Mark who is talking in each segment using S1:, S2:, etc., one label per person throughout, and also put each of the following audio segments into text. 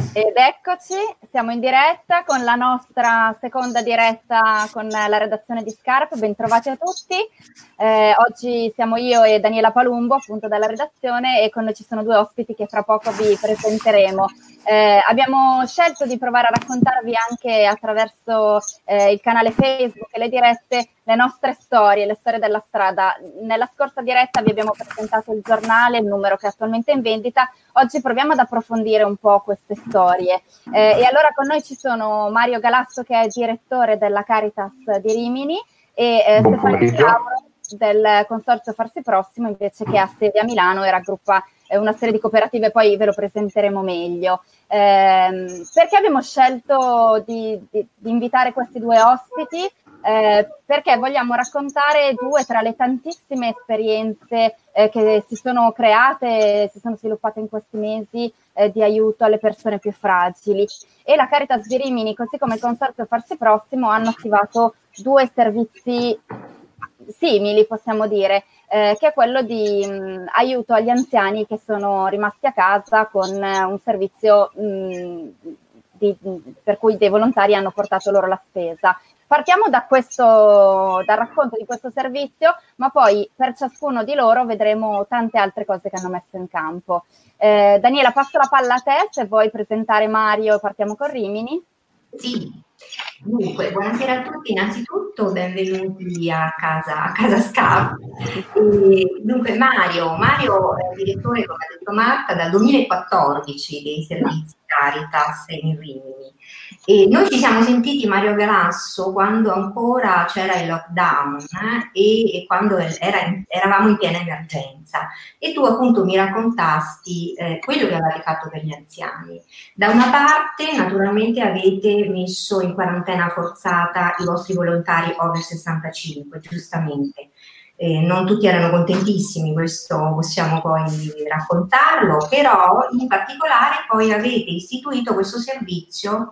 S1: Ed eccoci, siamo in diretta con la nostra seconda diretta con la redazione di Scarpe. Bentrovati a tutti. Oggi siamo io e Daniela Palumbo, appunto dalla redazione, e con noi ci sono due ospiti che fra poco vi presenteremo. Abbiamo scelto di provare a raccontarvi anche attraverso il canale Facebook e le dirette le nostre storie, le storie della strada. Nella scorsa diretta vi abbiamo presentato il giornale, il numero che è attualmente in vendita. Oggi proviamo ad approfondire un po' queste storie. E allora con noi ci sono Mario Galasso, che è direttore della Caritas di Rimini, e Stefano Lauro del Consorzio Farsi Prossimo, invece, che ha sede a Milano e raggruppa una serie di cooperative. Poi ve lo presenteremo meglio. Perché abbiamo scelto di invitare questi due ospiti? Perché vogliamo raccontare due tra le tantissime esperienze che si sono create, si sono sviluppate in questi mesi di aiuto alle persone più fragili. E la Caritas di Rimini, così come il Consorzio Farsi Prossimo, hanno attivato due servizi simili, possiamo dire, che è quello di aiuto agli anziani che sono rimasti a casa, con un servizio per cui dei volontari hanno portato loro la spesa. Partiamo dal racconto di questo servizio, ma poi per ciascuno di loro vedremo tante altre cose che hanno messo in campo. Daniela, passo la palla a te, se vuoi presentare Mario, e partiamo con Rimini.
S2: Sì, dunque, buonasera a tutti, innanzitutto benvenuti a casa Scarpe. Dunque Mario è direttore, come ha detto Marta, dal 2014 dei servizi Caritas in Rimini. E noi ci siamo sentiti, Mario Galasso, quando ancora c'era il lockdown e quando eravamo in piena emergenza, e tu appunto mi raccontasti quello che avete fatto per gli anziani. Da una parte naturalmente avete messo in quarantena forzata i vostri volontari over 65, giustamente. Non tutti erano contentissimi, questo possiamo poi raccontarlo, però in particolare poi avete istituito questo servizio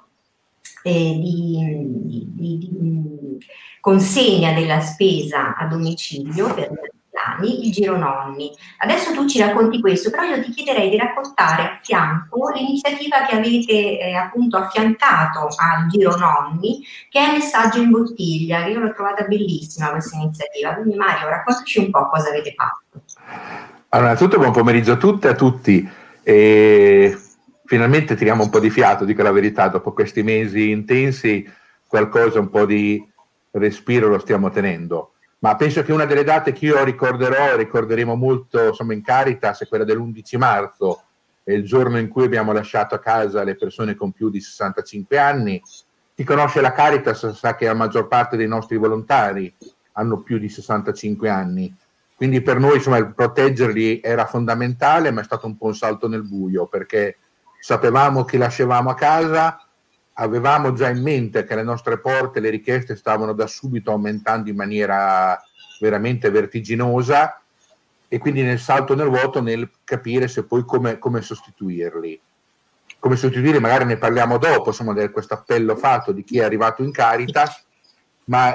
S2: di consegna della spesa a domicilio per gli anziani, il Giro Nonni. Adesso tu ci racconti questo, però io ti chiederei di raccontare a fianco l'iniziativa che avete appunto affiancato al Giro Nonni, che è Messaggio in Bottiglia, che io l'ho trovata bellissima questa iniziativa. Quindi Mario, raccontaci un po' cosa avete fatto.
S3: Allora, innanzitutto buon pomeriggio a tutte e a tutti. Finalmente tiriamo un po' di fiato, dico la verità, dopo questi mesi intensi qualcosa, un po' di respiro lo stiamo tenendo. Ma penso che una delle date che io ricorderemo molto, insomma, in Caritas, è quella dell'11 marzo, è il giorno in cui abbiamo lasciato a casa le persone con più di 65 anni. Chi conosce la Caritas sa che la maggior parte dei nostri volontari hanno più di 65 anni. Quindi per noi, insomma, il proteggerli era fondamentale, ma è stato un po' un salto nel buio, perché sapevamo che lasciavamo a casa, avevamo già in mente che alle nostre porte le richieste stavano da subito aumentando in maniera veramente vertiginosa, e quindi nel salto nel vuoto, nel capire se poi come sostituirli. Come sostituirli magari ne parliamo dopo, insomma, di questo appello fatto di chi è arrivato in Caritas, ma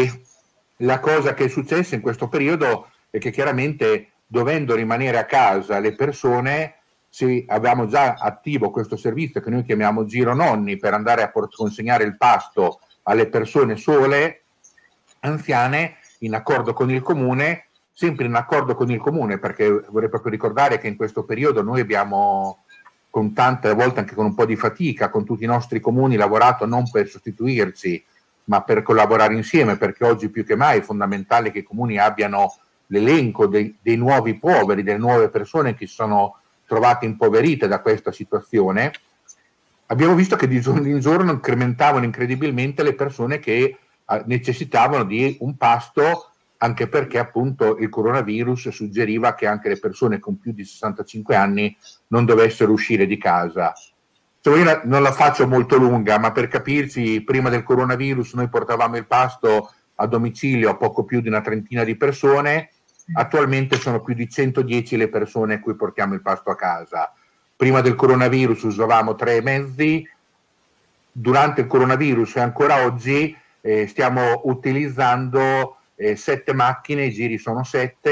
S3: la cosa che è successa in questo periodo è che chiaramente, dovendo rimanere a casa le persone, avevamo già attivo questo servizio che noi chiamiamo Giro Nonni, per andare a consegnare il pasto alle persone sole, anziane, in accordo con il comune, sempre in accordo con il comune, perché vorrei proprio ricordare che in questo periodo noi abbiamo, con tante volte anche con un po' di fatica, con tutti i nostri comuni, lavorato non per sostituirci, ma per collaborare insieme, perché oggi più che mai è fondamentale che i comuni abbiano l'elenco dei nuovi poveri, delle nuove persone che si sono trovate impoverite da questa situazione. Abbiamo visto che di giorno in giorno incrementavano incredibilmente le persone che necessitavano di un pasto, anche perché appunto il coronavirus suggeriva che anche le persone con più di 65 anni non dovessero uscire di casa. Io non la faccio molto lunga, ma per capirci, prima del coronavirus noi portavamo il pasto a domicilio a poco più di una trentina di persone. Attualmente sono più di 110 le persone a cui portiamo il pasto a casa. Prima del coronavirus usavamo 3 mezzi, durante il coronavirus e ancora oggi stiamo utilizzando 7 macchine, i giri sono 7,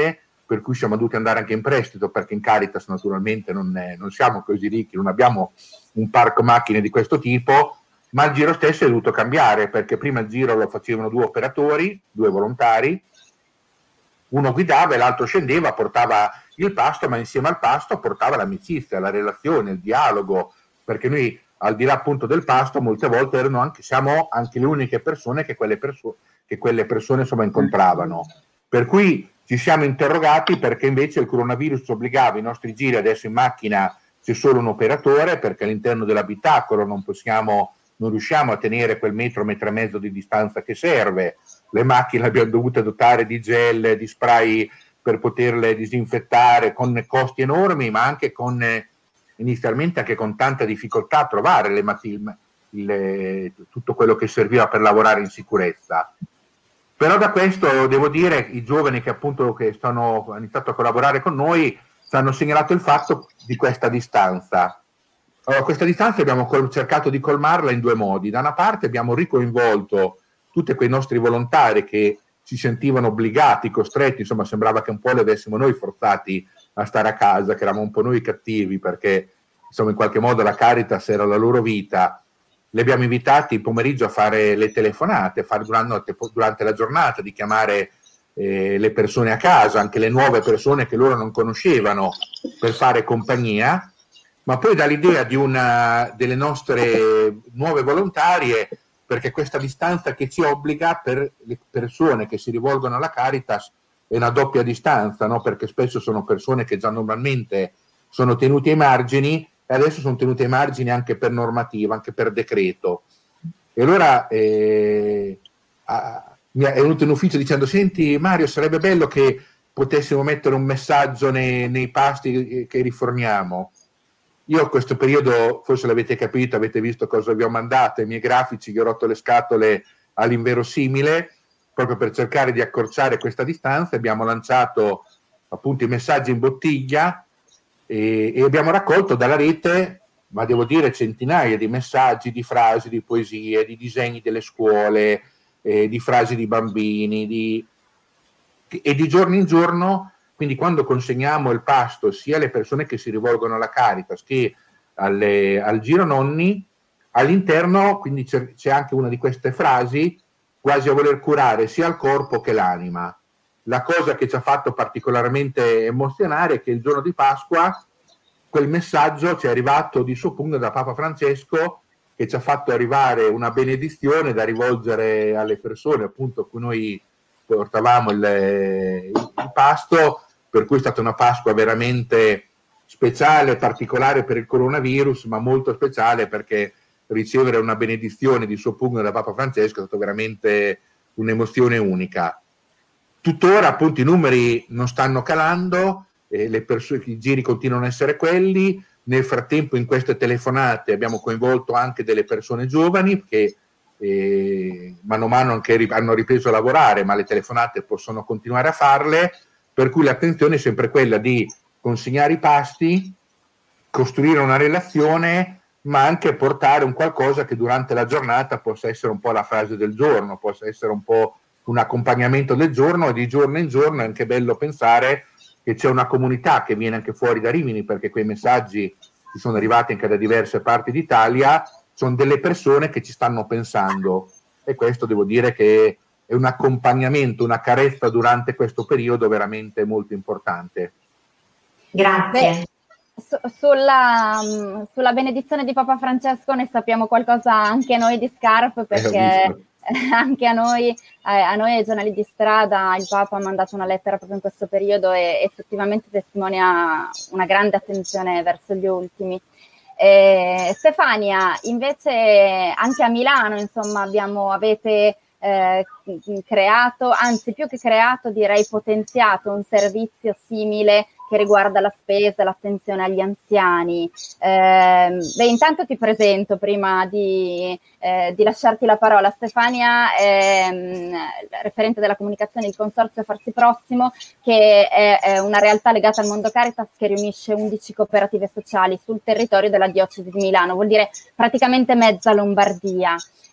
S3: per cui siamo dovuti andare anche in prestito, perché in Caritas naturalmente non siamo così ricchi, non abbiamo un parco macchine di questo tipo, ma il giro stesso è dovuto cambiare, perché prima il giro lo facevano 2 operatori, 2 volontari, uno guidava e l'altro scendeva, portava il pasto, ma insieme al pasto portava l'amicizia, la relazione, il dialogo, perché noi al di là appunto del pasto molte volte siamo anche le uniche persone che quelle persone insomma incontravano, per cui ci siamo interrogati perché invece il coronavirus obbligava i nostri giri. Adesso in macchina c'è solo un operatore, perché all'interno dell'abitacolo non riusciamo a tenere quel metro e mezzo di distanza che serve. Le macchine abbiamo dovuto dotare di gel, di spray per poterle disinfettare, con costi enormi, ma anche inizialmente anche con tanta difficoltà a trovare tutto quello che serviva per lavorare in sicurezza. Però da questo devo dire i giovani che appunto hanno iniziato a collaborare con noi ci hanno segnalato il fatto di questa distanza. Allora, questa distanza abbiamo cercato di colmarla in 2 modi. Da una parte abbiamo ricoinvolto tutti quei nostri volontari che si sentivano obbligati, costretti, insomma sembrava che un po' li avessimo noi forzati a stare a casa, che eravamo un po' noi cattivi, perché insomma in qualche modo la Caritas era la loro vita. Li abbiamo invitati il pomeriggio a fare le telefonate, durante la giornata, di chiamare le persone a casa, anche le nuove persone che loro non conoscevano, per fare compagnia, ma poi dall'idea delle nostre nuove volontarie, perché questa distanza che ci obbliga per le persone che si rivolgono alla Caritas è una doppia distanza, no? Perché spesso sono persone che già normalmente sono tenute ai margini e adesso sono tenute ai margini anche per normativa, anche per decreto. E allora mi è venuto in ufficio dicendo: senti Mario, sarebbe bello che potessimo mettere un messaggio nei pasti che riforniamo. Io a questo periodo, forse l'avete capito, avete visto cosa vi ho mandato, i miei grafici, gli ho rotto le scatole all'inverosimile, proprio per cercare di accorciare questa distanza. Abbiamo lanciato appunto i messaggi in bottiglia e abbiamo raccolto dalla rete, ma devo dire centinaia di messaggi, di frasi, di poesie, di disegni delle scuole, di frasi di bambini, e di giorno in giorno. Quindi quando consegniamo il pasto sia alle persone che si rivolgono alla Caritas che al Giro Nonni, all'interno quindi c'è anche una di queste frasi, quasi a voler curare sia il corpo che l'anima. La cosa che ci ha fatto particolarmente emozionare è che il giorno di Pasqua quel messaggio ci è arrivato di suo pugno da Papa Francesco, che ci ha fatto arrivare una benedizione da rivolgere alle persone appunto a cui noi portavamo il pasto, per cui è stata una Pasqua veramente speciale, particolare per il coronavirus, ma molto speciale perché ricevere una benedizione di suo pugno da Papa Francesco è stata veramente un'emozione unica. Tuttora appunto i numeri non stanno calando, i giri continuano a essere quelli. Nel frattempo in queste telefonate abbiamo coinvolto anche delle persone giovani che mano a mano anche hanno ripreso a lavorare, ma le telefonate possono continuare a farle, per cui l'attenzione è sempre quella di consegnare i pasti, costruire una relazione, ma anche portare un qualcosa che durante la giornata possa essere un po' la frase del giorno, possa essere un po' un accompagnamento del giorno, e di giorno in giorno è anche bello pensare che c'è una comunità che viene anche fuori da Rimini, perché quei messaggi ci sono arrivati anche da diverse parti d'Italia, sono delle persone che ci stanno pensando, e questo devo dire che è un accompagnamento, una carezza durante questo periodo veramente molto importante.
S2: Grazie.
S1: Sulla benedizione di Papa Francesco ne sappiamo qualcosa anche noi di Scarp, perché anche a noi ai giornali di strada il Papa ha mandato una lettera proprio in questo periodo e effettivamente testimonia una grande attenzione verso gli ultimi. Stefania, invece anche a Milano insomma avete creato, anzi più che creato direi potenziato un servizio simile che riguarda la spesa, l'attenzione agli anziani. Intanto ti presento, prima di lasciarti la parola, Stefania, referente della comunicazione del Consorzio Farsi Prossimo, che è una realtà legata al mondo Caritas che riunisce 11 cooperative sociali sul territorio della diocesi di Milano, vuol dire praticamente mezza Lombardia.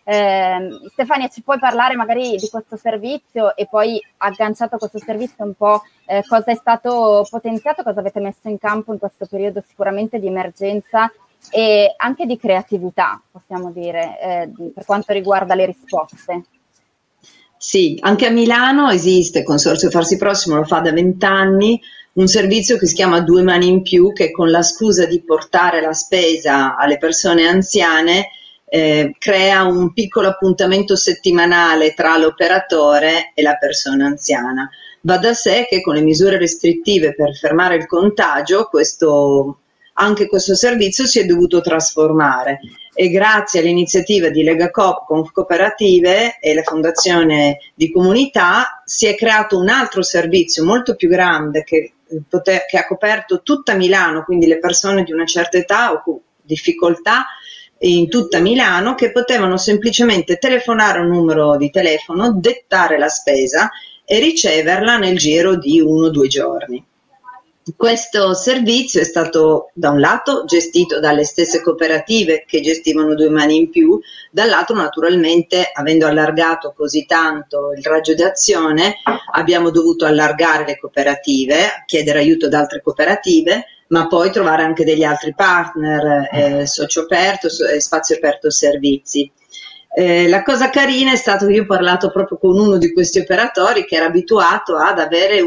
S1: Stefania, ci puoi parlare magari di questo servizio e poi agganciato a questo servizio un po' cosa è stato potenziato, cosa avete messo in campo in questo periodo sicuramente di emergenza e anche di creatività, possiamo dire, per quanto riguarda le risposte?
S4: Sì, anche a Milano esiste, Consorzio Farsi Prossimo lo fa da 20 anni, un servizio che si chiama Due Mani in Più, che con la scusa di portare la spesa alle persone anziane crea un piccolo appuntamento settimanale tra l'operatore e la persona anziana. Va da sé che con le misure restrittive per fermare il contagio, anche questo servizio si è dovuto trasformare, e grazie all'iniziativa di Legacoop con Cooperative e la Fondazione di Comunità si è creato un altro servizio molto più grande che ha coperto tutta Milano, quindi le persone di una certa età o difficoltà in tutta Milano, che potevano semplicemente telefonare un numero di telefono, dettare la spesa e riceverla nel giro di 1 o 2 giorni. Questo servizio è stato da un lato gestito dalle stesse cooperative che gestivano Due Mani in Più, dall'altro naturalmente, avendo allargato così tanto il raggio d'azione, abbiamo dovuto allargare le cooperative, chiedere aiuto ad altre cooperative, ma poi trovare anche degli altri partner, Socio Aperto e Spazio Aperto Servizi. La cosa carina è stato che io ho parlato proprio con uno di questi operatori che era abituato ad avere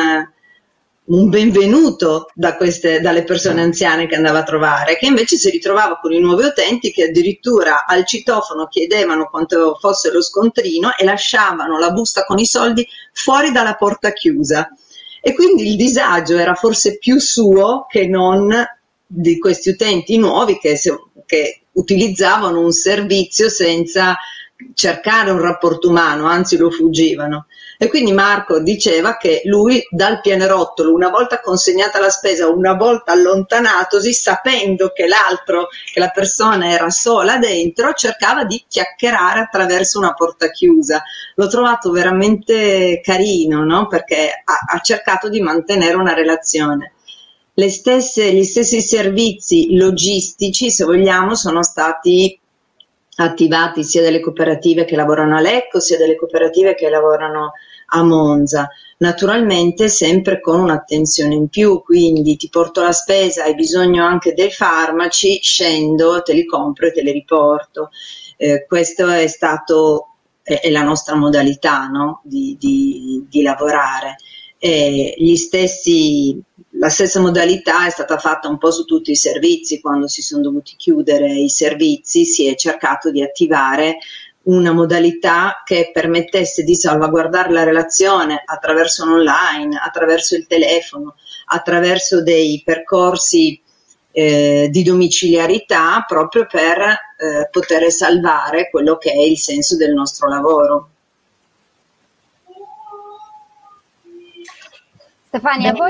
S4: un benvenuto dalle persone anziane che andava a trovare, che invece si ritrovava con i nuovi utenti che addirittura al citofono chiedevano quanto fosse lo scontrino e lasciavano la busta con i soldi fuori dalla porta chiusa. E quindi il disagio era forse più suo che non di questi utenti nuovi che utilizzavano un servizio senza cercare un rapporto umano, anzi lo fuggivano. E quindi Marco diceva che lui dal pianerottolo, una volta consegnata la spesa, una volta allontanatosi, sapendo che la persona era sola dentro, cercava di chiacchierare attraverso una porta chiusa. L'ho trovato veramente carino, no? Perché ha cercato di mantenere una relazione. Gli stessi servizi logistici, se vogliamo, sono stati attivati sia dalle cooperative che lavorano a Lecco, sia dalle cooperative che lavorano a Monza, naturalmente sempre con un'attenzione in più, quindi ti porto la spesa, hai bisogno anche dei farmaci, scendo, te li compro e te li riporto. Questo è la nostra modalità, no? di lavorare. La stessa modalità è stata fatta un po' su tutti i servizi. Quando si sono dovuti chiudere i servizi si è cercato di attivare una modalità che permettesse di salvaguardare la relazione attraverso l'online, attraverso il telefono, attraverso dei percorsi di domiciliarità, proprio per poter salvare quello che è il senso del nostro lavoro.
S1: Stefania, voi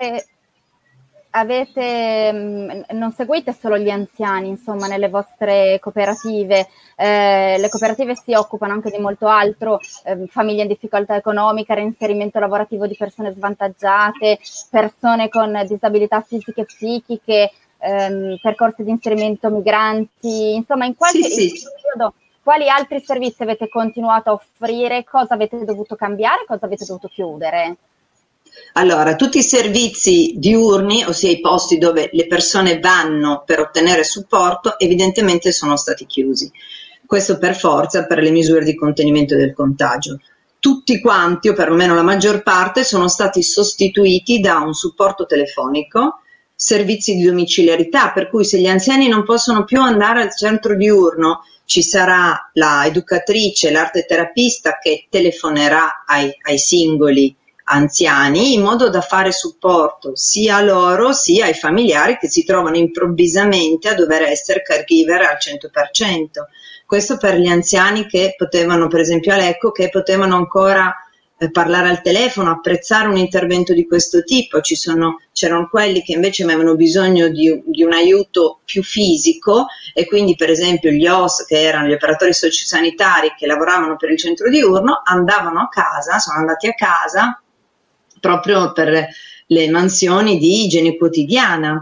S1: non seguite solo gli anziani, insomma, nelle vostre cooperative. Le cooperative si occupano anche di molto altro, famiglie in difficoltà economica, reinserimento lavorativo di persone svantaggiate, persone con disabilità fisiche e psichiche, percorsi di inserimento migranti, insomma, in qualche periodo, quali altri servizi avete continuato a offrire? Cosa avete dovuto cambiare? Cosa avete dovuto chiudere?
S4: Allora, tutti i servizi diurni, ossia i posti dove le persone vanno per ottenere supporto, evidentemente sono stati chiusi. Questo per forza, per le misure di contenimento del contagio. Tutti quanti, o perlomeno la maggior parte, sono stati sostituiti da un supporto telefonico, servizi di domiciliarità, per cui se gli anziani non possono più andare al centro diurno, ci sarà la educatrice, l'arte terapista che telefonerà ai singoli anziani in modo da fare supporto sia a loro sia ai familiari che si trovano improvvisamente a dover essere caregiver al 100%. Questo per gli anziani che potevano, per esempio a Lecco, che potevano ancora parlare al telefono, apprezzare un intervento di questo tipo. C'erano quelli che invece avevano bisogno di un aiuto più fisico, e quindi per esempio gli OS, che erano gli operatori sociosanitari che lavoravano per il centro diurno, sono andati a casa proprio per le mansioni di igiene quotidiana.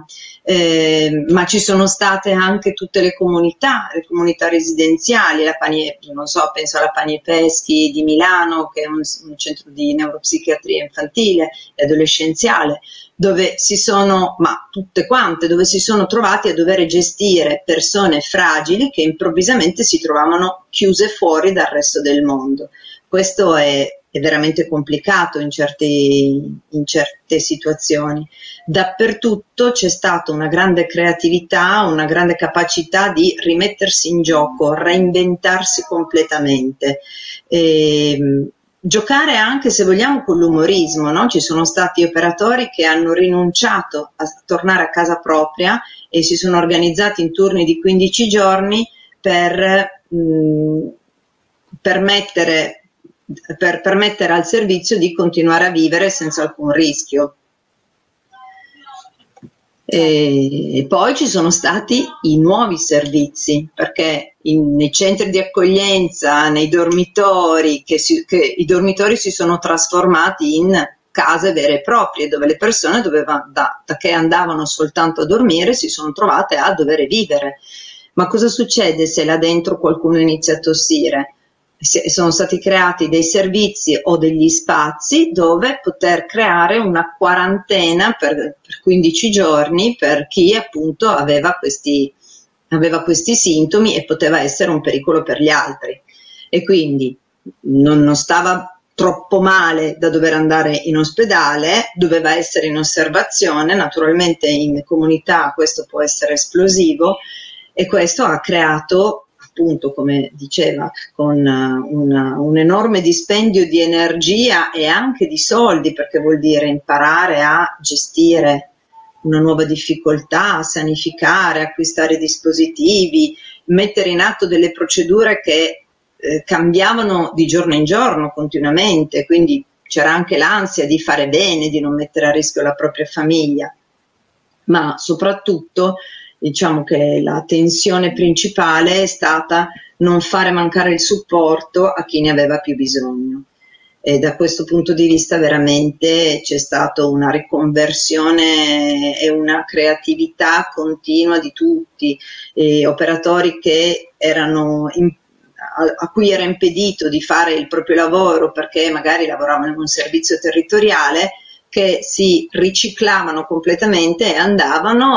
S4: ma ci sono state anche tutte le comunità residenziali, non so, penso alla Paniepeschi di Milano, che è un centro di neuropsichiatria infantile e adolescenziale, dove si sono trovati a dover gestire persone fragili che improvvisamente si trovavano chiuse fuori dal resto del mondo. Questo è veramente complicato in certe situazioni. Dappertutto c'è stata una grande creatività, una grande capacità di rimettersi in gioco, reinventarsi completamente. Giocare anche, se vogliamo, con l'umorismo, no? Ci sono stati operatori che hanno rinunciato a tornare a casa propria e si sono organizzati in turni di 15 giorni per permettere al servizio di continuare a vivere senza alcun rischio. E poi ci sono stati i nuovi servizi, perché nei centri di accoglienza, nei dormitori, che i dormitori si sono trasformati in case vere e proprie, dove le persone da che andavano soltanto a dormire si sono trovate a dover vivere. Ma cosa succede se là dentro qualcuno inizia a tossire? Sono stati creati dei servizi o degli spazi dove poter creare una quarantena per 15 giorni per chi appunto aveva questi sintomi e poteva essere un pericolo per gli altri, e quindi non stava troppo male da dover andare in ospedale, doveva essere in osservazione. Naturalmente in comunità questo può essere esplosivo, e questo ha creato, appunto, come diceva, con un enorme dispendio di energia e anche di soldi, perché vuol dire imparare a gestire una nuova difficoltà, a sanificare, acquistare dispositivi, mettere in atto delle procedure che cambiavano di giorno in giorno continuamente, quindi c'era anche l'ansia di fare bene, di non mettere a rischio la propria famiglia, ma soprattutto diciamo che la tensione principale è stata non fare mancare il supporto a chi ne aveva più bisogno. E da questo punto di vista veramente c'è stata una riconversione e una creatività continua di tutti, operatori che a cui era impedito di fare il proprio lavoro perché magari lavoravano in un servizio territoriale, che si riciclavano completamente e andavano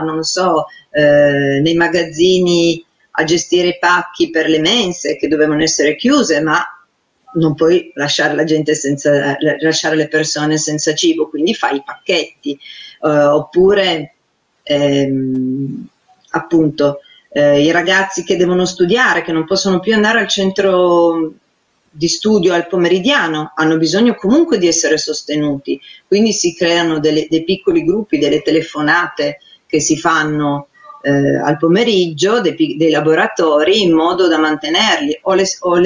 S4: nei magazzini a gestire i pacchi per le mense che dovevano essere chiuse, ma non puoi lasciare lasciare le persone senza cibo, quindi fai i pacchetti, oppure appunto i ragazzi che devono studiare, che non possono più andare al centro di studio al pomeridiano, hanno bisogno comunque di essere sostenuti, quindi si creano dei piccoli gruppi, delle telefonate che si fanno al pomeriggio, dei laboratori, in modo da mantenerli, o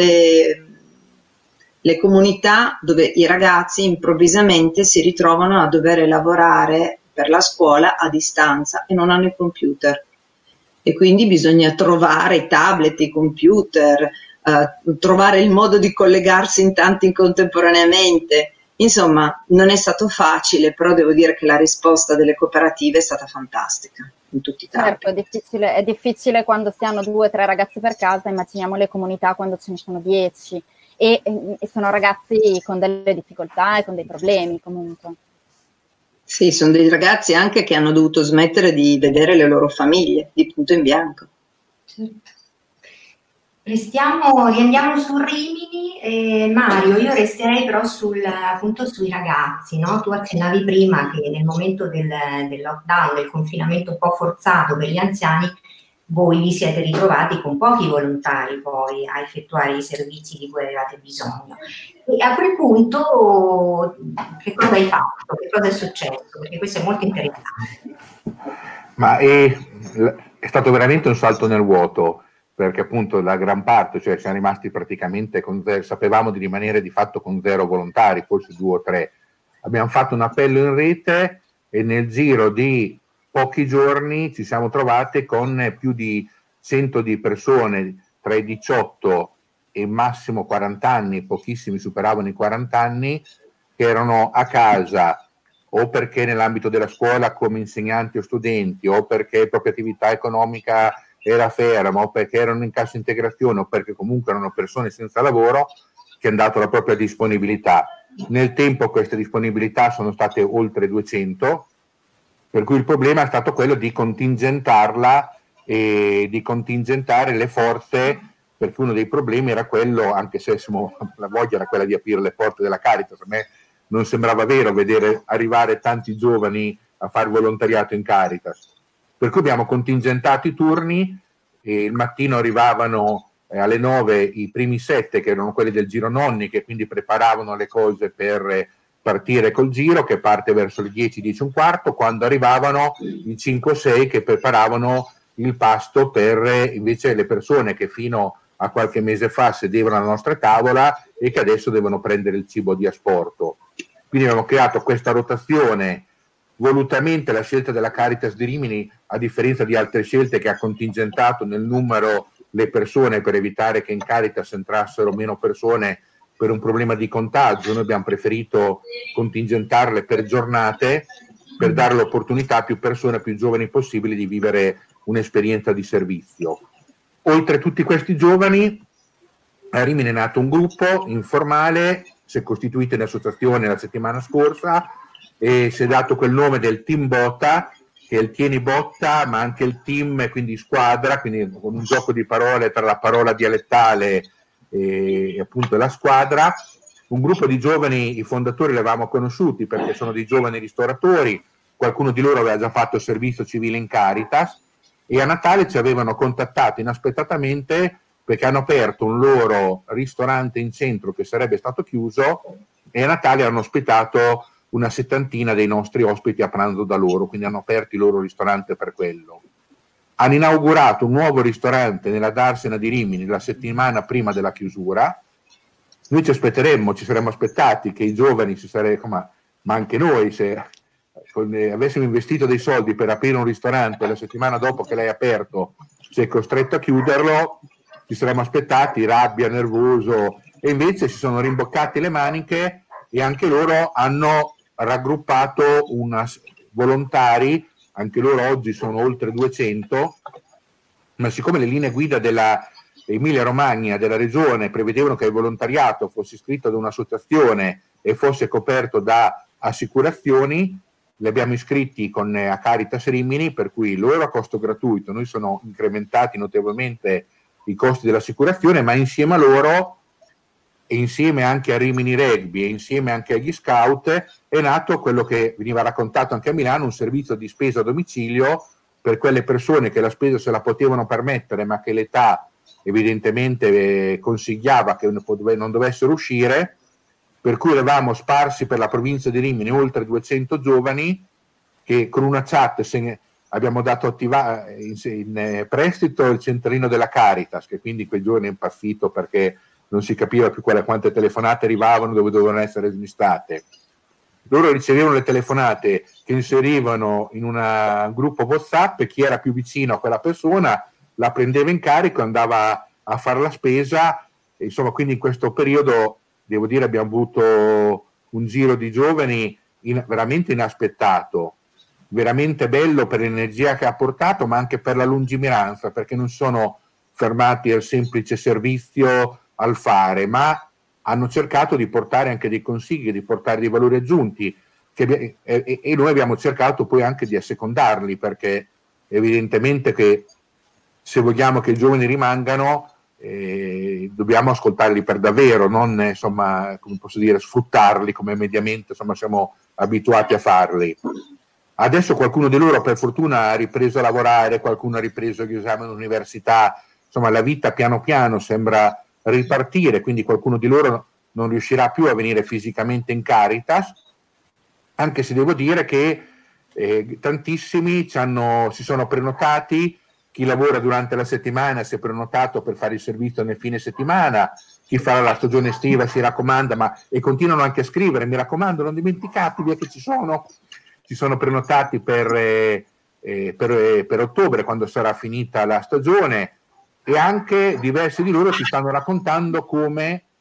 S4: le comunità dove i ragazzi improvvisamente si ritrovano a dover lavorare per la scuola a distanza e non hanno i computer, e quindi bisogna trovare i tablet, i computer, trovare il modo di collegarsi in tanti contemporaneamente. Insomma, non è stato facile, però devo dire che la risposta delle cooperative è stata fantastica in tutti i campi.
S1: Certo, è difficile quando si hanno 2 o 3 ragazzi per casa, immaginiamo le comunità quando ce ne sono 10 e sono ragazzi con delle difficoltà e con dei problemi comunque.
S4: Sì, sono dei ragazzi anche che hanno dovuto smettere di vedere le loro famiglie di punto in bianco.
S2: Certo. Riandiamo su Rimini. Mario, io resterei però appunto sui ragazzi, no? Tu accennavi prima che nel momento del lockdown, del confinamento un po' forzato per gli anziani, voi vi siete ritrovati con pochi volontari poi a effettuare i servizi di cui avevate bisogno. E a quel punto che cosa hai fatto? Che cosa è successo? Perché questo è molto interessante.
S3: Ma è stato veramente un salto nel vuoto, perché appunto la gran parte, cioè siamo rimasti praticamente con 0, sapevamo di rimanere di fatto con 0 volontari, forse 2 o 3. Abbiamo fatto un appello in rete e nel giro di pochi giorni ci siamo trovate con più di 100 di persone tra i 18 e massimo 40 anni, pochissimi superavano i 40 anni, che erano a casa o perché nell'ambito della scuola come insegnanti o studenti, o perché la propria attività economica era ferma, o perché erano in cassa integrazione, o perché comunque erano persone senza lavoro, che hanno dato la propria disponibilità. Nel tempo queste disponibilità sono state oltre 200, per cui il problema è stato quello di contingentarla e di contingentare le forze, perché uno dei problemi era quello, anche se la voglia era quella di aprire le porte della Caritas. A me non sembrava vero vedere arrivare tanti giovani a fare volontariato in Caritas, per cui abbiamo contingentato i turni e il mattino arrivavano alle 9 i primi 7, che erano quelli del giro nonni, che quindi preparavano le cose per partire col giro, che parte verso le 10, 10 e un quarto, quando arrivavano i 5 o 6 che preparavano il pasto per invece le persone che fino a qualche mese fa sedevano alla nostra tavola e che adesso devono prendere il cibo di asporto. Quindi abbiamo creato questa rotazione. Volutamente la scelta della Caritas di Rimini, a differenza di altre scelte che ha contingentato nel numero le persone per evitare che in Caritas entrassero meno persone per un problema di contagio, noi abbiamo preferito contingentarle per giornate per dare l'opportunità a più persone, più giovani possibili, di vivere un'esperienza di servizio. Oltre a tutti questi giovani, a Rimini è nato un gruppo informale, si è costituito in associazione la settimana scorsa e si è dato quel nome del Team Botta, che è il tieni botta, ma anche il team, quindi squadra, quindi con un gioco di parole tra la parola dialettale e appunto la squadra. Un gruppo di giovani, i fondatori li avevamo conosciuti perché sono dei giovani ristoratori, qualcuno di loro aveva già fatto servizio civile in Caritas, e a Natale ci avevano contattato inaspettatamente perché hanno aperto un loro ristorante in centro che sarebbe stato chiuso, e a Natale hanno ospitato una 70 dei nostri ospiti a pranzo da loro, quindi hanno aperto il loro ristorante per quello. Hanno inaugurato un nuovo ristorante nella Darsena di Rimini la settimana prima della chiusura. Noi ci saremmo aspettati che i giovani ma anche noi, se avessimo investito dei soldi per aprire un ristorante la settimana dopo che l'hai aperto, sei costretto a chiuderlo, ci saremmo aspettati rabbia, nervoso, e invece si sono rimboccati le maniche e anche loro hanno raggruppato volontari, anche loro oggi sono oltre 200, ma siccome le linee guida della Emilia Romagna, della regione, prevedevano che il volontariato fosse iscritto ad un'associazione e fosse coperto da assicurazioni, li abbiamo iscritti a Caritas Rimini, per cui loro a costo gratuito. Noi sono incrementati notevolmente i costi dell'assicurazione, ma insieme a loro e insieme anche a Rimini Rugby e insieme anche agli scout è nato quello che veniva raccontato anche a Milano, un servizio di spesa a domicilio per quelle persone che la spesa se la potevano permettere ma che l'età evidentemente consigliava che non dovessero uscire, per cui eravamo sparsi per la provincia di Rimini oltre 200 giovani che con una chat abbiamo dato in prestito il centralino della Caritas, che quindi quei giorni è impazzito perché non si capiva più quante telefonate arrivavano, dove dovevano essere smistate. Loro ricevevano le telefonate che inserivano in un gruppo WhatsApp e chi era più vicino a quella persona la prendeva in carico e andava a fare la spesa. E insomma, quindi in questo periodo, devo dire, abbiamo avuto un giro di giovani veramente inaspettato, veramente bello per l'energia che ha portato, ma anche per la lungimiranza, perché non sono fermati al semplice servizio, al fare, ma hanno cercato di portare anche dei consigli, di portare dei valori aggiunti e noi abbiamo cercato poi anche di assecondarli, perché evidentemente che se vogliamo che i giovani rimangano dobbiamo ascoltarli per davvero, non insomma, come posso dire, sfruttarli come mediamente insomma siamo abituati a farli. Adesso qualcuno di loro per fortuna ha ripreso a lavorare, qualcuno ha ripreso gli esami all'università, insomma la vita piano piano sembra ripartire, quindi qualcuno di loro non riuscirà più a venire fisicamente in Caritas, anche se devo dire che tantissimi si sono prenotati, chi lavora durante la settimana si è prenotato per fare il servizio nel fine settimana, chi farà la stagione estiva si raccomanda, e continuano anche a scrivere, mi raccomando non dimenticatevi che si sono prenotati per ottobre, quando sarà finita la stagione. E anche diversi di loro ci stanno raccontando come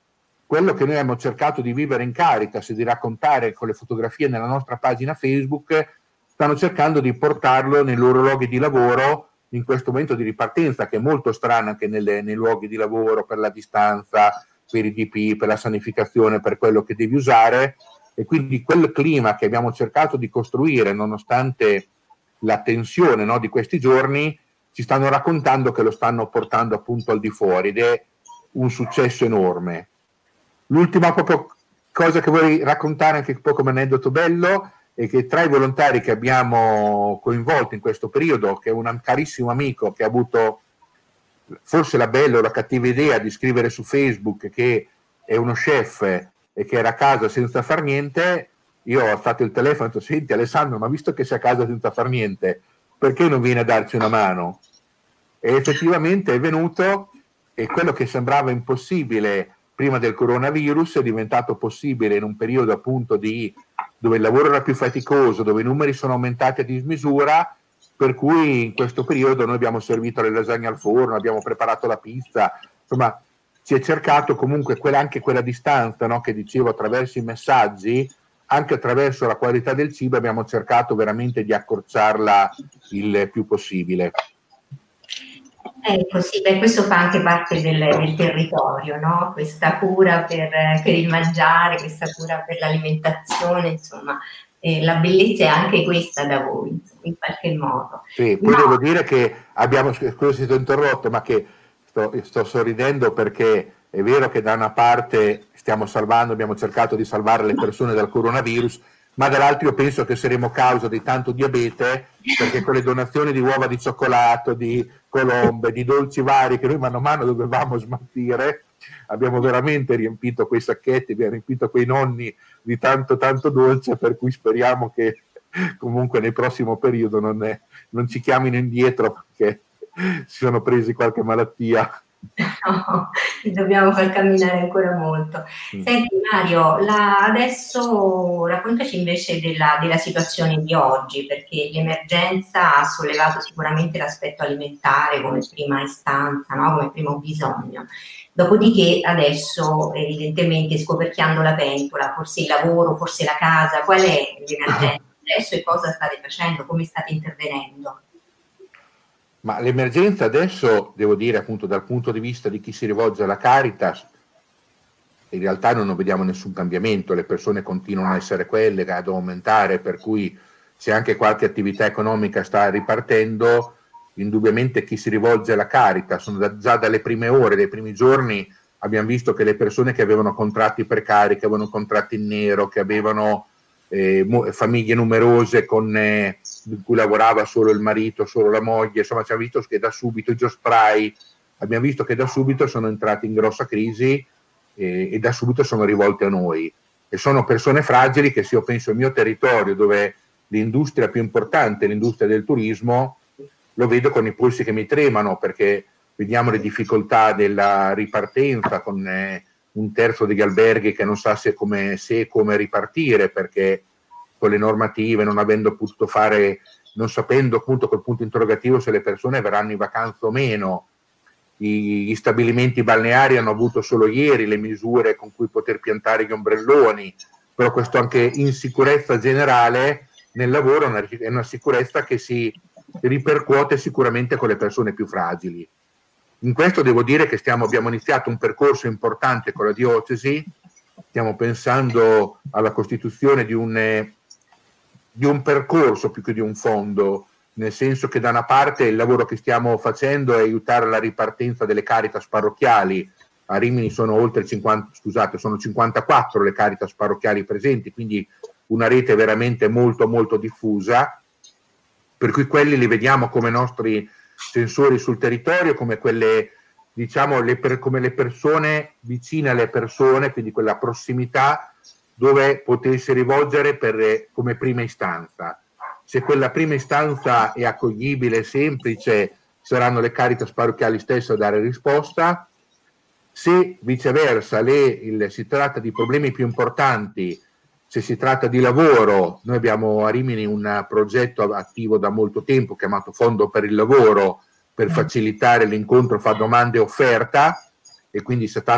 S3: quello che noi abbiamo cercato di vivere in Caritas e di raccontare con le fotografie nella nostra pagina Facebook, stanno cercando di portarlo nei loro luoghi di lavoro in questo momento di ripartenza, che è molto strano anche nei luoghi di lavoro, per la distanza, per i DP, per la sanificazione, per quello che devi usare. E quindi quel clima che abbiamo cercato di costruire, nonostante la tensione, no, di questi giorni, ci stanno raccontando che lo stanno portando appunto al di fuori, ed è un successo enorme. L'ultima proprio cosa che vorrei raccontare, anche un po' come aneddoto bello, è che tra i volontari che abbiamo coinvolto in questo periodo, che è un carissimo amico che ha avuto forse la bella o la cattiva idea di scrivere su Facebook che è uno chef e che era a casa senza far niente, io ho alzato il telefono e ho detto: senti Alessandro, ma visto che sei a casa senza far niente, perché non vieni a darci una mano? E effettivamente è venuto, e quello che sembrava impossibile prima del coronavirus è diventato possibile in un periodo appunto dove il lavoro era più faticoso, dove i numeri sono aumentati a dismisura, per cui in questo periodo noi abbiamo servito le lasagne al forno, abbiamo preparato la pizza, insomma si è cercato comunque anche quella distanza, no, che dicevo, attraverso i messaggi, anche attraverso la qualità del cibo abbiamo cercato veramente di accorciarla il più possibile.
S2: Ecco, sì, questo fa anche parte del territorio, no? Questa cura per il mangiare, questa cura per l'alimentazione, insomma, la bellezza è anche questa da voi, insomma, in qualche modo.
S3: Sì, poi devo dire che abbiamo, scusa se ti ho interrotto, ma che sto sorridendo perché è vero che da una parte abbiamo cercato di salvare le persone dal coronavirus, ma dall'altro io penso che saremo causa di tanto diabete, perché con le donazioni di uova di cioccolato, di colombe, di dolci vari che noi mano a mano dovevamo smaltire, abbiamo veramente riempito quei sacchetti, abbiamo riempito quei nonni di tanto dolce, per cui speriamo che comunque nel prossimo periodo non ci chiamino indietro perché si sono presi qualche malattia.
S2: No, li dobbiamo far camminare ancora molto. Senti Mario, adesso raccontaci invece della situazione di oggi, perché l'emergenza ha sollevato sicuramente l'aspetto alimentare come prima istanza, no? Come primo bisogno. Dopodiché adesso evidentemente scoperchiando la pentola, forse il lavoro, forse la casa, qual è l'emergenza adesso e cosa state facendo, come state intervenendo?
S3: Ma l'emergenza adesso, devo dire appunto dal punto di vista di chi si rivolge alla Caritas, in realtà non vediamo nessun cambiamento, le persone continuano a essere quelle, ad aumentare, per cui se anche qualche attività economica sta ripartendo, indubbiamente chi si rivolge alla Caritas, già dalle prime ore, dai primi giorni, abbiamo visto che le persone che avevano contratti precari, che avevano contratti in nero, che avevano famiglie numerose in cui lavorava solo il marito, solo la moglie, insomma abbiamo visto che da subito i Geospray, abbiamo visto che da subito sono entrati in grossa crisi e da subito sono rivolti a noi, e sono persone fragili che, se io penso al mio territorio, dove l'industria più importante è l'industria del turismo, lo vedo con i polsi che mi tremano, perché vediamo le difficoltà della ripartenza con un terzo degli alberghi che non sa come ripartire, perché con le normative, non avendo potuto fare, non sapendo appunto col punto interrogativo se le persone verranno in vacanza o meno. Gli stabilimenti balneari hanno avuto solo ieri le misure con cui poter piantare gli ombrelloni, però questo anche insicurezza generale nel lavoro è una sicurezza che si ripercuote sicuramente con le persone più fragili. In questo devo dire che abbiamo iniziato un percorso importante con la diocesi, stiamo pensando alla costituzione di un percorso più che di un fondo, nel senso che da una parte il lavoro che stiamo facendo è aiutare la ripartenza delle Caritas parrocchiali. A Rimini sono sono 54 le Caritas parrocchiali presenti, quindi una rete veramente molto molto diffusa, per cui quelli li vediamo come nostri sensori sul territorio, come quelle, diciamo, come le persone vicine alle persone, quindi quella prossimità dove potersi rivolgere come prima istanza. Se quella prima istanza è accoglibile, semplice, saranno le Caritas parrocchiali stesse a dare risposta. Se viceversa si tratta di problemi più importanti, se si tratta di lavoro, noi abbiamo a Rimini un progetto attivo da molto tempo chiamato Fondo per il Lavoro, per facilitare l'incontro fra domanda e offerta, e quindi è stato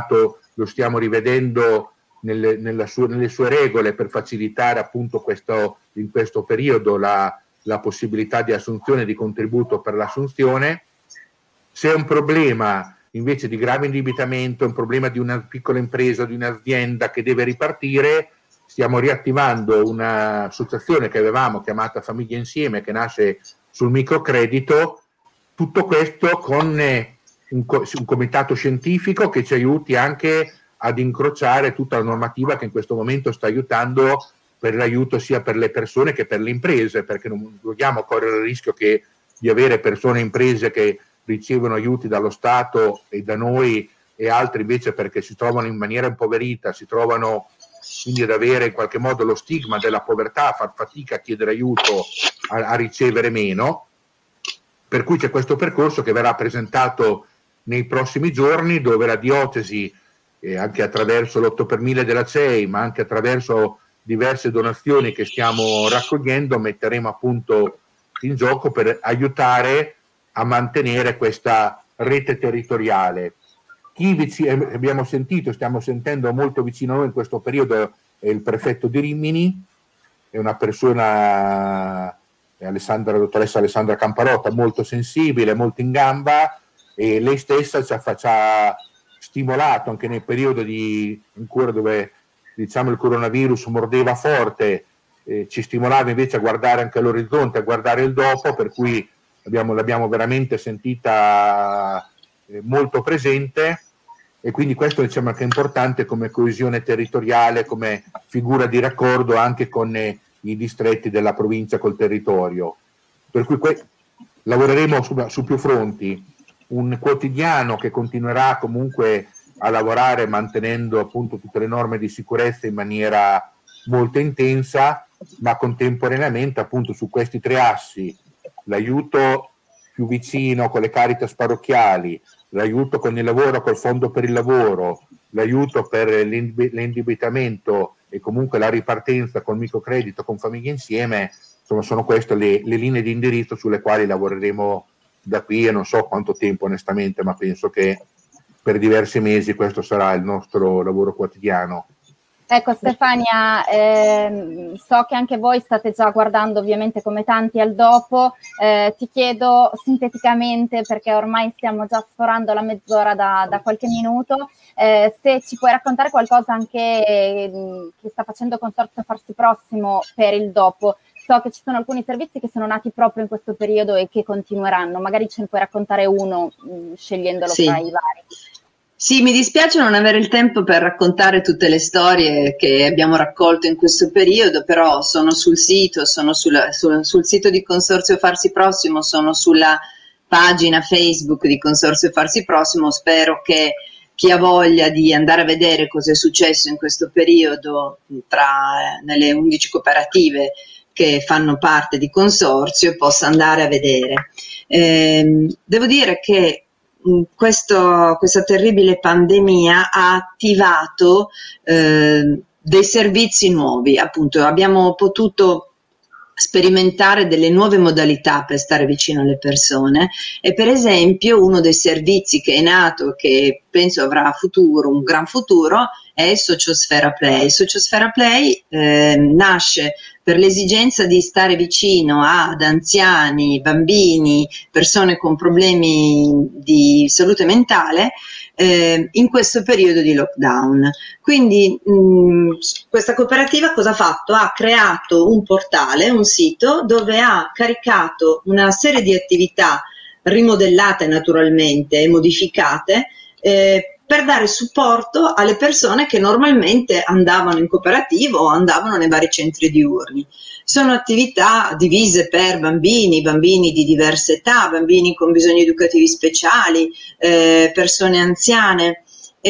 S3: lo stiamo rivedendo nelle sue regole per facilitare appunto in questo periodo la possibilità di assunzione di contributo per l'assunzione. Se è un problema invece di grave indebitamento, un problema di una piccola impresa, di un'azienda che deve ripartire, stiamo riattivando un'associazione che avevamo chiamata Famiglia Insieme, che nasce sul microcredito, tutto questo con un comitato scientifico che ci aiuti anche ad incrociare tutta la normativa che in questo momento sta aiutando per l'aiuto sia per le persone che per le imprese, perché non vogliamo correre il rischio di avere persone e imprese che ricevono aiuti dallo Stato e da noi e altri invece perché si trovano in maniera impoverita, si trovano quindi ad avere in qualche modo lo stigma della povertà, a far fatica a chiedere aiuto, a ricevere meno. Per cui c'è questo percorso che verrà presentato nei prossimi giorni, dove la diocesi, anche attraverso l'8 per 1000 della CEI, ma anche attraverso diverse donazioni che stiamo raccogliendo, metteremo appunto in gioco per aiutare a mantenere questa rete territoriale. Abbiamo sentito, stiamo sentendo molto vicino a noi in questo periodo è il prefetto di Rimini, è una persona, la dottoressa Alessandra Camparotta, molto sensibile, molto in gamba, e lei stessa ci ha stimolato anche nel periodo ancora dove diciamo il coronavirus mordeva forte, ci stimolava invece a guardare anche all'orizzonte, a guardare il dopo, per cui l'abbiamo veramente sentita molto presente, e quindi questo diciamo che è importante come coesione territoriale, come figura di raccordo anche con i distretti della provincia col territorio. Per cui lavoreremo su più fronti, un quotidiano che continuerà comunque a lavorare mantenendo appunto tutte le norme di sicurezza in maniera molto intensa, ma contemporaneamente appunto su questi 3 assi: l'aiuto più vicino con le Caritas parrocchiali, l'aiuto con il lavoro col Fondo per il lavoro, l'aiuto per l'indebitamento e comunque la ripartenza col microcredito con Famiglie Insieme. Insomma, sono queste le linee di indirizzo sulle quali lavoreremo da qui e non so quanto tempo onestamente, ma penso che per diversi mesi questo sarà il nostro lavoro quotidiano.
S1: Ecco Stefania, so che anche voi state già guardando ovviamente come tanti al dopo, ti chiedo sinteticamente, perché ormai stiamo già sforando la mezz'ora da qualche minuto, se ci puoi raccontare qualcosa anche che sta facendo Consorzio Farsi Prossimo per il dopo. So che ci sono alcuni servizi che sono nati proprio in questo periodo e che continueranno, magari ce ne puoi raccontare uno scegliendolo tra i vari.
S4: Sì, mi dispiace non avere il tempo per raccontare tutte le storie che abbiamo raccolto in questo periodo, però sono sul sito, sono sul sito di Consorzio Farsi Prossimo, sono sulla pagina Facebook di Consorzio Farsi Prossimo. Spero che chi ha voglia di andare a vedere cosa è successo in questo periodo nelle 11 cooperative che fanno parte di Consorzio possa andare a vedere. Devo dire che questa terribile pandemia ha attivato dei servizi nuovi, appunto abbiamo potuto sperimentare delle nuove modalità per stare vicino alle persone, e per esempio uno dei servizi che è nato, che penso avrà un gran futuro, è Sociosfera Play. Sociosfera Play nasce per l'esigenza di stare vicino ad anziani, bambini, persone con problemi di salute mentale in questo periodo di lockdown. Quindi questa cooperativa cosa ha fatto? Ha creato un portale, un sito dove ha caricato una serie di attività rimodellate naturalmente e modificate per dare supporto alle persone che normalmente andavano in cooperativa o andavano nei vari centri diurni. Sono attività divise per bambini di diverse età, bambini con bisogni educativi speciali, persone anziane.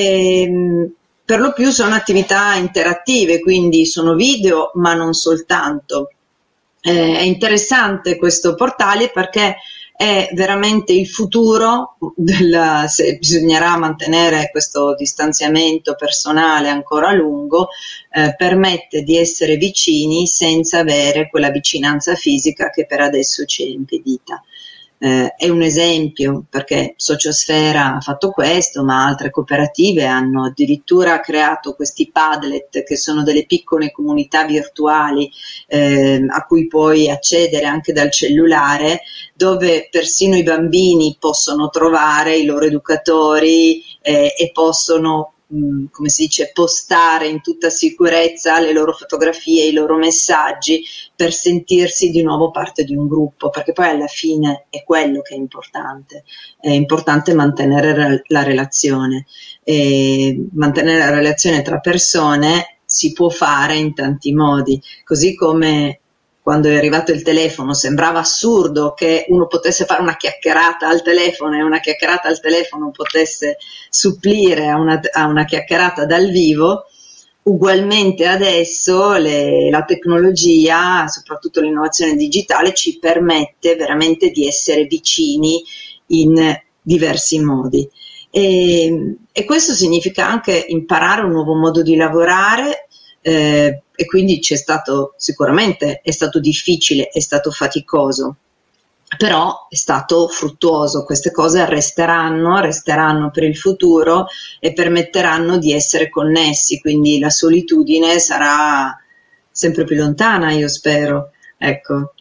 S4: Per lo più sono attività interattive, quindi sono video, ma non soltanto. È interessante questo portale perché è veramente il futuro se bisognerà mantenere questo distanziamento personale ancora a lungo, permette di essere vicini senza avere quella vicinanza fisica che per adesso ci è impedita. è un esempio, perché Sociosfera ha fatto questo, ma altre cooperative hanno addirittura creato questi Padlet, che sono delle piccole comunità virtuali a cui puoi accedere anche dal cellulare, dove persino i bambini possono trovare i loro educatori e possono, come si dice, postare in tutta sicurezza le loro fotografie, i loro messaggi, per sentirsi di nuovo parte di un gruppo, perché poi alla fine è quello che è importante mantenere la relazione, e mantenere la relazione tra persone si può fare in tanti modi, così come quando è arrivato il telefono sembrava assurdo che uno potesse fare una chiacchierata al telefono e una chiacchierata al telefono potesse supplire a una chiacchierata dal vivo. Ugualmente adesso la tecnologia, soprattutto l'innovazione digitale, ci permette veramente di essere vicini in diversi modi. E questo significa anche imparare un nuovo modo di lavorare, e quindi sicuramente è stato difficile, è stato faticoso, però è stato fruttuoso. Queste cose resteranno per il futuro e permetteranno di essere connessi, quindi la solitudine sarà sempre più lontana, io spero. Ecco,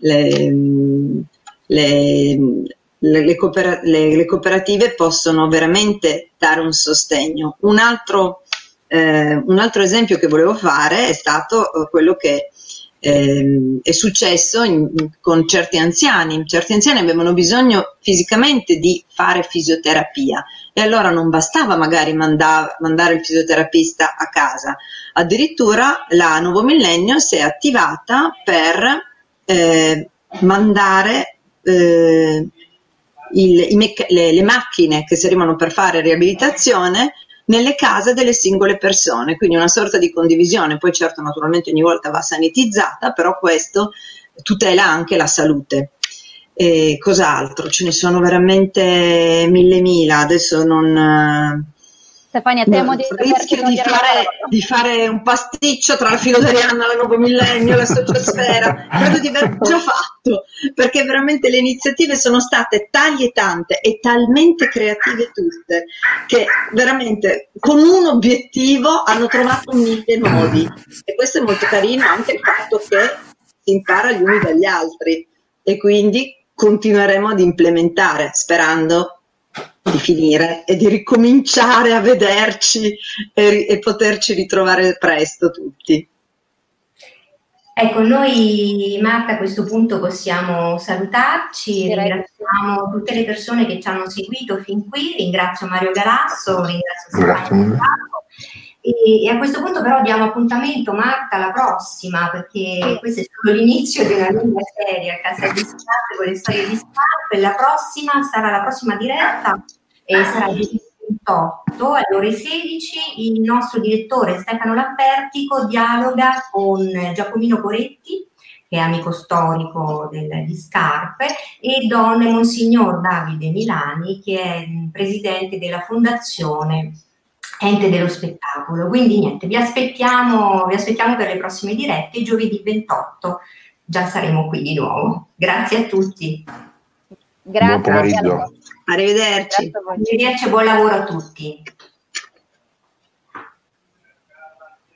S4: le cooperative possono veramente dare un sostegno. Un altro esempio che volevo fare è stato quello che è successo con certi anziani. Certi anziani avevano bisogno fisicamente di fare fisioterapia e allora non bastava magari mandare il fisioterapista a casa, addirittura la Nuovo Millennio si è attivata per mandare le macchine che servivano per fare riabilitazione nelle case delle singole persone, quindi una sorta di condivisione. Poi certo, naturalmente ogni volta va sanitizzata, però questo tutela anche la salute. E cos'altro? Ce ne sono veramente mille, adesso non...
S1: Stefania, temo
S4: rischio di fare un pasticcio tra la filo d'Arianna, la Nuovo Millennio, la Sociosfera. Credo di aver già fatto, perché veramente le iniziative sono state tante e talmente creative tutte, che veramente con un obiettivo hanno trovato mille modi. E questo è molto carino, anche il fatto che si impara gli uni dagli altri, e quindi continueremo ad implementare, sperando di finire e di ricominciare a vederci e poterci ritrovare presto tutti.
S2: Ecco, noi Marta a questo punto possiamo salutarci, ringraziamo tutte le persone che ci hanno seguito fin qui, ringrazio Mario Galasso, ringrazio Stefano e a questo punto però diamo appuntamento, Marta, alla prossima, perché questo è solo l'inizio di una lunga serie a Casa di Scarpe con le storie di Scarpe, e la prossima diretta sarà il 28 alle ore 16. Il nostro direttore Stefano Lampertico dialoga con Giacomino Coretti, che è amico storico di Scarpe, e Don Monsignor Davide Milani, che è presidente della Fondazione Ente dello Spettacolo. Quindi niente, vi aspettiamo per le prossime dirette. Giovedì 28 già saremo qui di nuovo. Grazie a tutti.
S1: Grazie.
S3: Buon pomeriggio.
S4: Arrivederci.
S2: Arrivederci e buon lavoro a tutti.